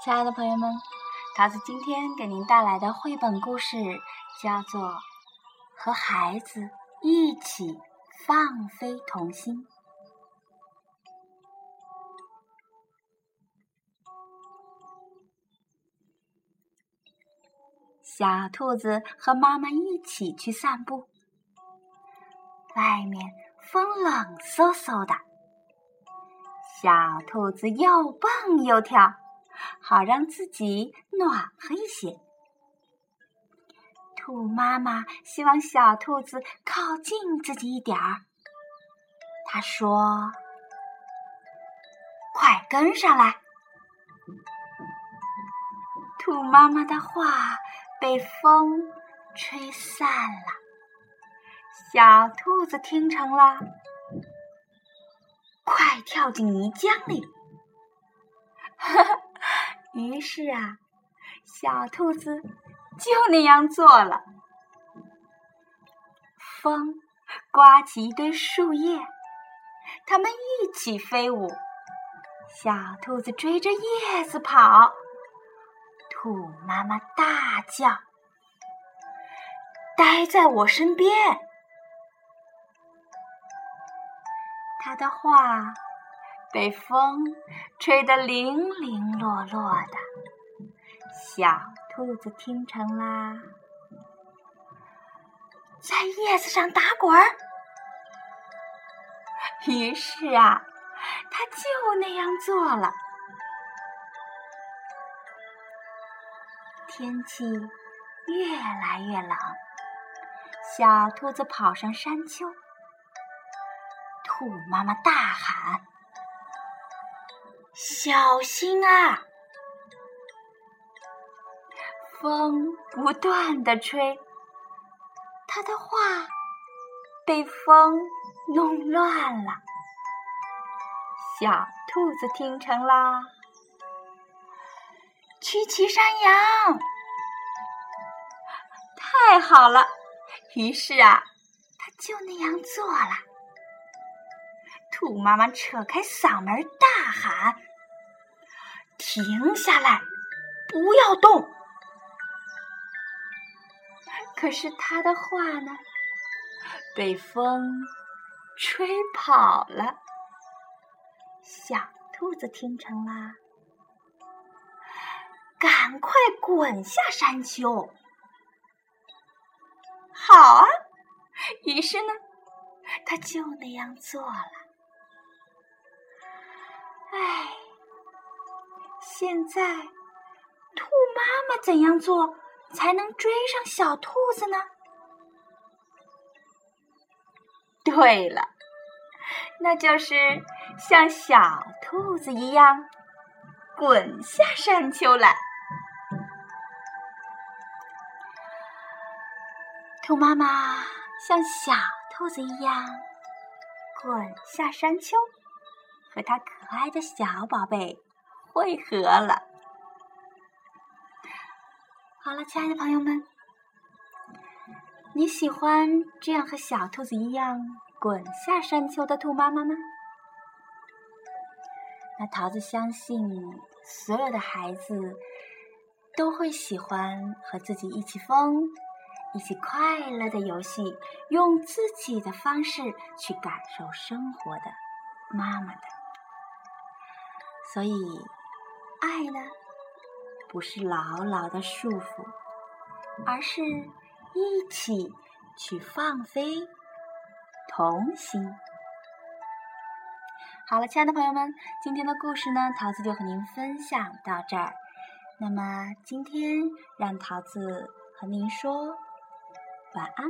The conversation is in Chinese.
亲爱的朋友们，桃子今天给您带来的绘本故事叫做《和孩子一起放飞童心》。小兔子和妈妈一起去散步，外面风冷飕飕的，小兔子又蹦又跳，好让自己暖和一些。兔妈妈希望小兔子靠近自己一点儿，她说：“快跟上来。”兔妈妈的话被风吹散了，小兔子听成了：“快跳进泥浆里。”于是啊，小兔子就那样做了。风刮起一堆树叶，它们一起飞舞。小兔子追着叶子跑，兔妈妈大叫：“待在我身边！”她的话被风吹得零零落落的，小兔子听成啦：“在叶子上打滚儿。”于是啊，它就那样做了。天气越来越冷，小兔子跑上山丘，兔妈妈大喊：“小心啊！”风不断地吹，它的话被风弄乱了。小兔子听成了：“去骑山羊。”太好了！于是啊，它就那样做了。兔妈妈扯开嗓门大喊：“停下来，不要动！”可是他的话呢，被风吹跑了。小兔子听成了：“赶快滚下山丘！”好啊，于是呢，他就那样做了。唉，现在兔妈妈怎样做才能追上小兔子呢？对了，那就是像小兔子一样滚下山丘来。兔妈妈像小兔子一样滚下山丘，和它可爱的小宝贝汇合了。好了，亲爱的朋友们，你喜欢这样和小兔子一样滚下山丘的兔妈妈吗？那桃子相信所有的孩子都会喜欢和自己一起疯，一起快乐的游戏，用自己的方式去感受生活的妈妈的。所以爱呢，不是牢牢的束缚，而是一起去放飞童心。好了，亲爱的朋友们，今天的故事呢，桃子就和您分享到这儿。那么今天让桃子和您说晚安。